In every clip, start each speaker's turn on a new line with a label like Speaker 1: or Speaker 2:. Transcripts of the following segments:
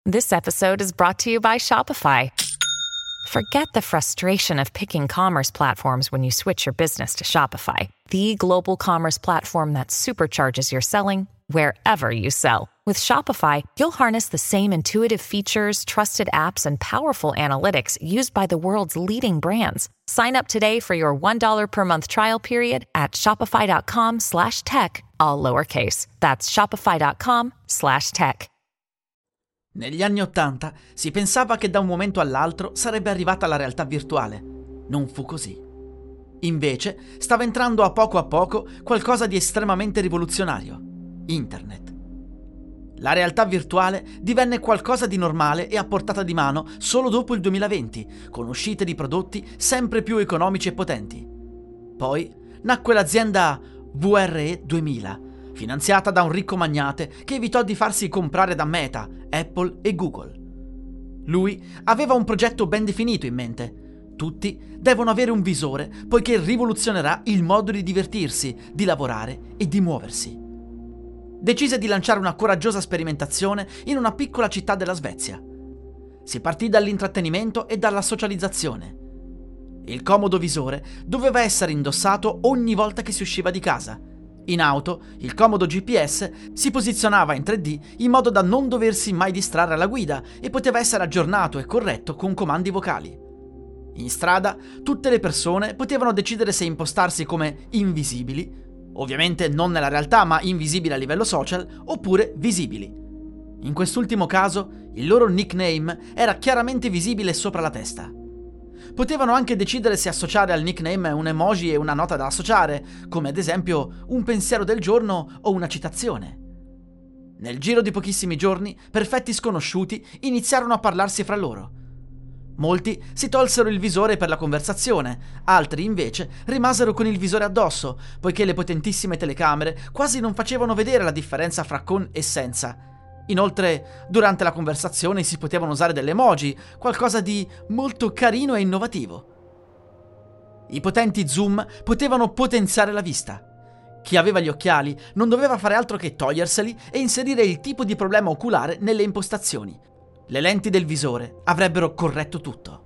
Speaker 1: This episode is brought to you by Shopify. Forget the frustration of picking commerce platforms when you switch your business to Shopify, the global commerce platform that supercharges your selling wherever you sell. With Shopify, you'll harness the same intuitive features, trusted apps, and powerful analytics used by the world's leading brands. Sign up today for your $1 per month trial period at shopify.com/tech, all lowercase. That's shopify.com/tech.
Speaker 2: Negli anni '80 si pensava che da un momento all'altro sarebbe arrivata la realtà virtuale. Non fu così. Invece, stava entrando a poco qualcosa di estremamente rivoluzionario: Internet. La realtà virtuale divenne qualcosa di normale e a portata di mano solo dopo il 2020, con uscite di prodotti sempre più economici e potenti. Poi nacque l'azienda VRE 2000, finanziata da un ricco magnate che evitò di farsi comprare da Meta, Apple e Google. Lui aveva un progetto ben definito in mente. Tutti devono avere un visore, poiché rivoluzionerà il modo di divertirsi, di lavorare e di muoversi. Decise di lanciare una coraggiosa sperimentazione in una piccola città della Svezia. Si partì dall'intrattenimento e dalla socializzazione. Il comodo visore doveva essere indossato ogni volta che si usciva di casa. In auto, il comodo GPS si posizionava in 3D in modo da non doversi mai distrarre alla guida e poteva essere aggiornato e corretto con comandi vocali. In strada, tutte le persone potevano decidere se impostarsi come invisibili, ovviamente non nella realtà ma invisibili a livello social, oppure visibili. In quest'ultimo caso, il loro nickname era chiaramente visibile sopra la testa. Potevano anche decidere se associare al nickname un emoji e una nota da associare, come ad esempio un pensiero del giorno o una citazione. Nel giro di pochissimi giorni, perfetti sconosciuti iniziarono a parlarsi fra loro. Molti si tolsero il visore per la conversazione, altri invece rimasero con il visore addosso, poiché le potentissime telecamere quasi non facevano vedere la differenza fra con e senza. Inoltre, durante la conversazione si potevano usare delle emoji, qualcosa di molto carino e innovativo. I potenti zoom potevano potenziare la vista. Chi aveva gli occhiali non doveva fare altro che toglierseli e inserire il tipo di problema oculare nelle impostazioni. Le lenti del visore avrebbero corretto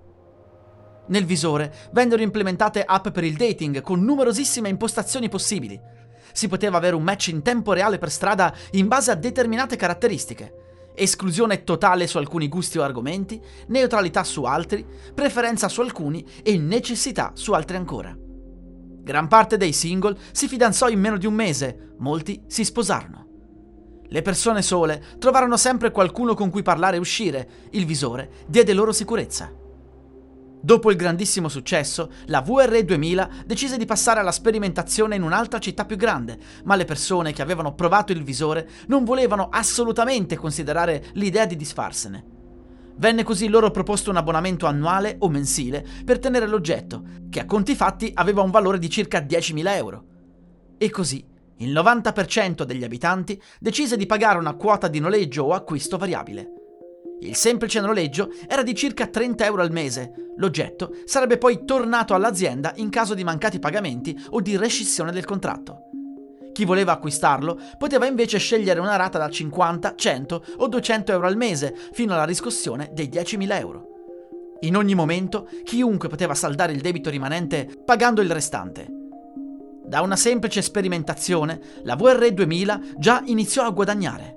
Speaker 2: tutto. Nel visore vennero implementate app per il dating con numerosissime impostazioni possibili. Si poteva avere un match in tempo reale per strada in base a determinate caratteristiche. Esclusione totale su alcuni gusti o argomenti, neutralità su altri, preferenza su alcuni e necessità su altri ancora. Gran parte dei single si fidanzò in meno di un mese, molti si sposarono. Le persone sole trovarono sempre qualcuno con cui parlare e uscire. Il visore diede loro sicurezza. Dopo il grandissimo successo, la VRE 2000 decise di passare alla sperimentazione in un'altra città più grande, ma le persone che avevano provato il visore non volevano assolutamente considerare l'idea di disfarsene. Venne così loro proposto un abbonamento annuale o mensile per tenere l'oggetto, che a conti fatti aveva un valore di circa 10.000 euro. E così il 90% degli abitanti decise di pagare una quota di noleggio o acquisto variabile. Il semplice noleggio era di circa 30 euro al mese. L'oggetto sarebbe poi tornato all'azienda in caso di mancati pagamenti o di rescissione del contratto. Chi voleva acquistarlo poteva invece scegliere una rata da 50, 100 o 200 euro al mese fino alla riscossione dei 10.000 euro. In ogni momento, chiunque poteva saldare il debito rimanente pagando il restante. Da una semplice sperimentazione, la VRE 2000 già iniziò a guadagnare.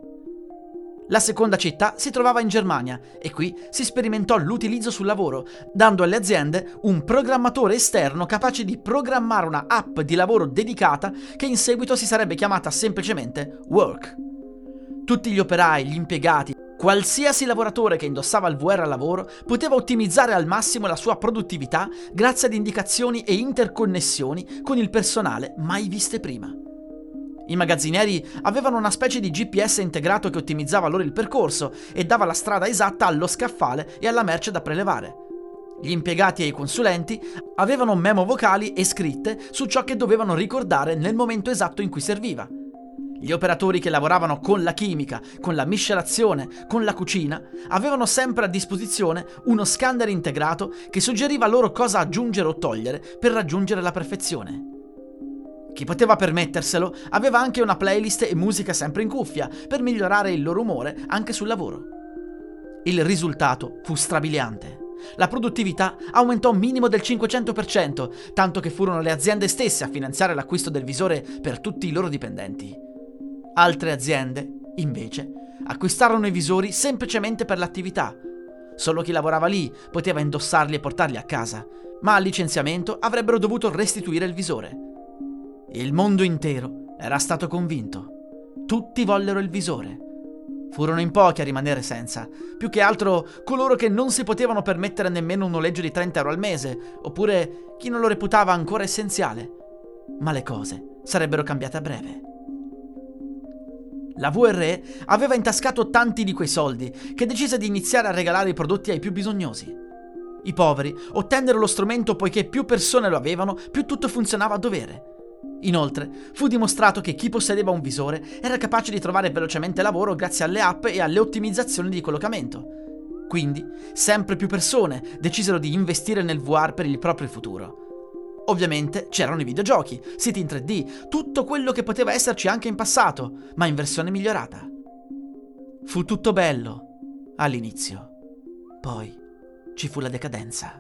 Speaker 2: La seconda città si trovava in Germania e qui si sperimentò l'utilizzo sul lavoro, dando alle aziende un programmatore esterno capace di programmare una app di lavoro dedicata che in seguito si sarebbe chiamata semplicemente Work. Tutti gli operai, gli impiegati, qualsiasi lavoratore che indossava il VR al lavoro poteva ottimizzare al massimo la sua produttività grazie ad indicazioni e interconnessioni con il personale mai viste prima. I magazzinieri avevano una specie di GPS integrato che ottimizzava loro il percorso e dava la strada esatta allo scaffale e alla merce da prelevare. Gli impiegati e i consulenti avevano memo vocali e scritte su ciò che dovevano ricordare nel momento esatto in cui serviva. Gli operatori che lavoravano con la chimica, con la miscelazione, con la cucina, avevano sempre a disposizione uno scanner integrato che suggeriva loro cosa aggiungere o togliere per raggiungere la perfezione. Chi poteva permetterselo aveva anche una playlist e musica sempre in cuffia per migliorare il loro umore anche sul lavoro. Il risultato fu strabiliante. La produttività aumentò un minimo del 500%, tanto che furono le aziende stesse a finanziare l'acquisto del visore per tutti i loro dipendenti. Altre aziende, invece, acquistarono i visori semplicemente per l'attività. Solo chi lavorava lì poteva indossarli e portarli a casa, ma al licenziamento avrebbero dovuto restituire il visore. Il mondo intero era stato convinto. Tutti vollero il visore. Furono in pochi a rimanere senza, più che altro coloro che non si potevano permettere nemmeno un noleggio di 30 euro al mese, oppure chi non lo reputava ancora essenziale. Ma le cose sarebbero cambiate a breve. La VRE aveva intascato tanti di quei soldi che decise di iniziare a regalare i prodotti ai più bisognosi. I poveri ottennero lo strumento poiché più persone lo avevano, più tutto funzionava a dovere. Inoltre, fu dimostrato che chi possedeva un visore era capace di trovare velocemente lavoro grazie alle app e alle ottimizzazioni di collocamento. Quindi, sempre più persone decisero di investire nel VR per il proprio futuro. Ovviamente c'erano i videogiochi, siti in 3D, tutto quello che poteva esserci anche in passato, ma in versione migliorata. Fu tutto bello all'inizio, poi ci fu la decadenza.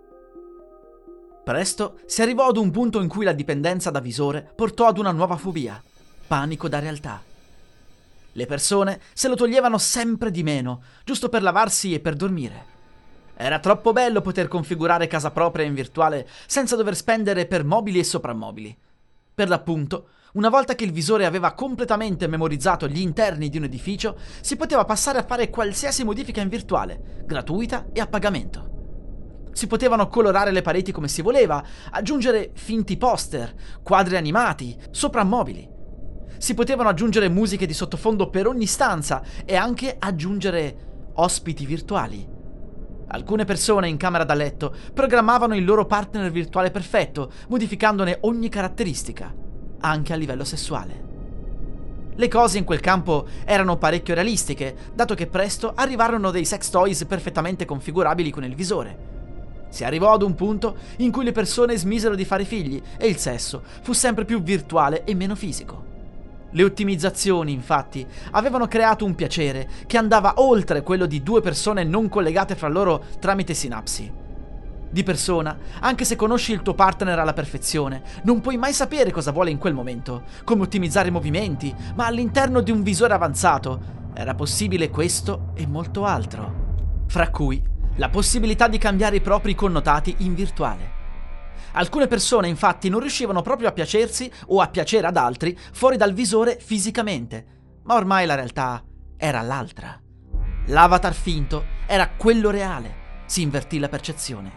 Speaker 2: Presto si arrivò ad un punto in cui la dipendenza da visore portò ad una nuova fobia: panico da realtà. Le persone se lo toglievano sempre di meno, giusto per lavarsi e per dormire. Era troppo bello poter configurare casa propria in virtuale senza dover spendere per mobili e soprammobili. Per l'appunto, una volta che il visore aveva completamente memorizzato gli interni di un edificio, si poteva passare a fare qualsiasi modifica in virtuale, gratuita e a pagamento. Si potevano colorare le pareti come si voleva, aggiungere finti poster, quadri animati, soprammobili. Si potevano aggiungere musiche di sottofondo per ogni stanza e anche aggiungere ospiti virtuali. Alcune persone in camera da letto programmavano il loro partner virtuale perfetto, modificandone ogni caratteristica, anche a livello sessuale. Le cose in quel campo erano parecchio realistiche, dato che presto arrivarono dei sex toys perfettamente configurabili con il visore. Si arrivò ad un punto in cui le persone smisero di fare figli e il sesso fu sempre più virtuale e meno fisico. Le ottimizzazioni, infatti, avevano creato un piacere che andava oltre quello di due persone non collegate fra loro tramite sinapsi. Di persona, anche se conosci il tuo partner alla perfezione, non puoi mai sapere cosa vuole in quel momento, come ottimizzare i movimenti, ma all'interno di un visore avanzato era possibile questo e molto altro. Fra cui la possibilità di cambiare i propri connotati in virtuale. Alcune persone infatti non riuscivano proprio a piacersi o a piacere ad altri fuori dal visore fisicamente, ma ormai la realtà era l'altra. L'avatar finto era quello reale, si invertì la percezione.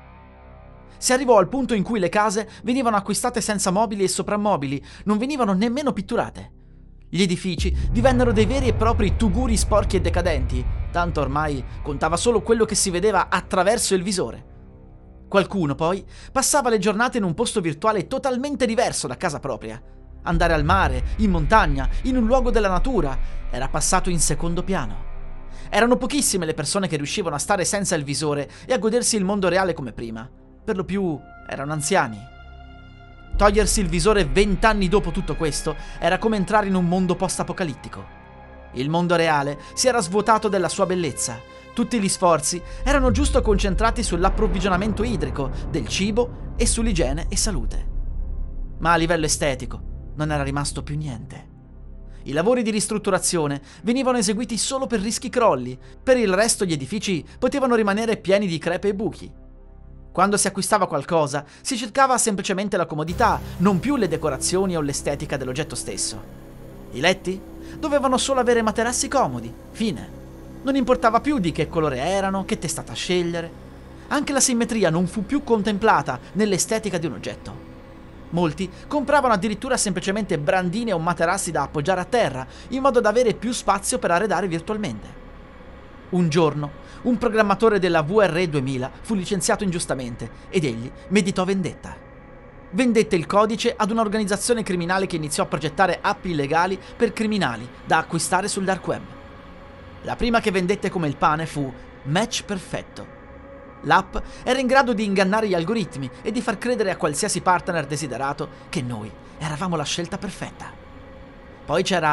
Speaker 2: Si arrivò al punto in cui le case venivano acquistate senza mobili e soprammobili, non venivano nemmeno pitturate. Gli edifici divennero dei veri e propri tuguri sporchi e decadenti, tanto ormai contava solo quello che si vedeva attraverso il visore. Qualcuno poi passava le giornate in un posto virtuale totalmente diverso da casa propria. Andare al mare, in montagna, in un luogo della natura era passato in secondo piano. Erano pochissime le persone che riuscivano a stare senza il visore e a godersi il mondo reale come prima. Per lo più erano anziani. Togliersi il visore 20 anni dopo tutto questo era come entrare in un mondo post-apocalittico. Il mondo reale si era svuotato della sua bellezza. Tutti gli sforzi erano giusto concentrati sull'approvvigionamento idrico, del cibo e sull'igiene e salute. Ma a livello estetico non era rimasto più niente. I lavori di ristrutturazione venivano eseguiti solo per rischi crolli, per il resto gli edifici potevano rimanere pieni di crepe e buchi. Quando si acquistava qualcosa, si cercava semplicemente la comodità, non più le decorazioni o l'estetica dell'oggetto stesso. I letti dovevano solo avere materassi comodi, fine. Non importava più di che colore erano, che testata scegliere. Anche la simmetria non fu più contemplata nell'estetica di un oggetto. Molti compravano addirittura semplicemente brandine o materassi da appoggiare a terra, in modo da avere più spazio per arredare virtualmente. Un giorno, un programmatore della VRE 2000 fu licenziato ingiustamente ed egli meditò vendetta. Vendette il codice ad un'organizzazione criminale che iniziò a progettare app illegali per criminali da acquistare sul dark web. La prima che vendette come il pane fu Match Perfetto. L'app era in grado di ingannare gli algoritmi e di far credere a qualsiasi partner desiderato che noi eravamo la scelta perfetta. Poi c'era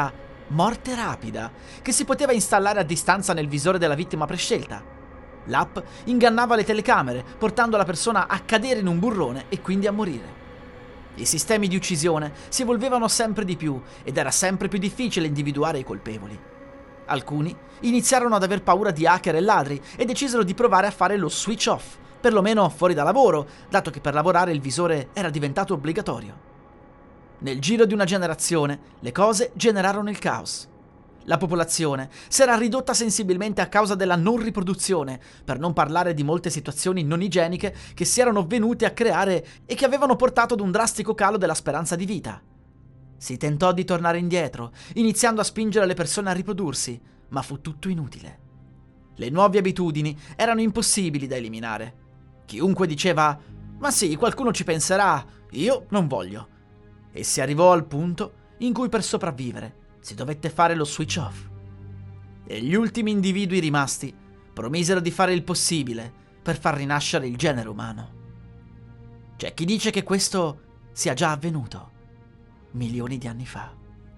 Speaker 2: Morte rapida, che si poteva installare a distanza nel visore della vittima prescelta. L'app ingannava le telecamere, portando la persona a cadere in un burrone e quindi a morire. I sistemi di uccisione si evolvevano sempre di più ed era sempre più difficile individuare i colpevoli. Alcuni iniziarono ad aver paura di hacker e ladri e decisero di provare a fare lo switch off, perlomeno fuori da lavoro, dato che per lavorare il visore era diventato obbligatorio. Nel giro di una generazione, le cose generarono il caos. La popolazione si era ridotta sensibilmente a causa della non riproduzione, per non parlare di molte situazioni non igieniche che si erano venute a creare e che avevano portato ad un drastico calo della speranza di vita. Si tentò di tornare indietro, iniziando a spingere le persone a riprodursi, ma fu tutto inutile. Le nuove abitudini erano impossibili da eliminare. Chiunque diceva «Ma sì, qualcuno ci penserà, io non voglio». E si arrivò al punto in cui per sopravvivere si dovette fare lo switch off. E gli ultimi individui rimasti promisero di fare il possibile per far rinascere il genere umano. C'è chi dice che questo sia già avvenuto milioni di anni fa.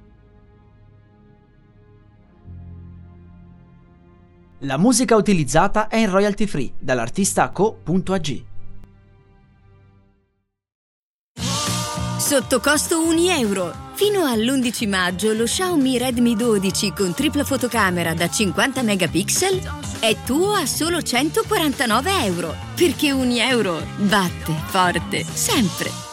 Speaker 2: La musica utilizzata è in royalty free dall'artista co.ag.
Speaker 3: Sotto costo €1. Fino all'11 maggio lo Xiaomi Redmi 12 con tripla fotocamera da 50 megapixel è tuo a solo €149. Perché €1 batte forte sempre.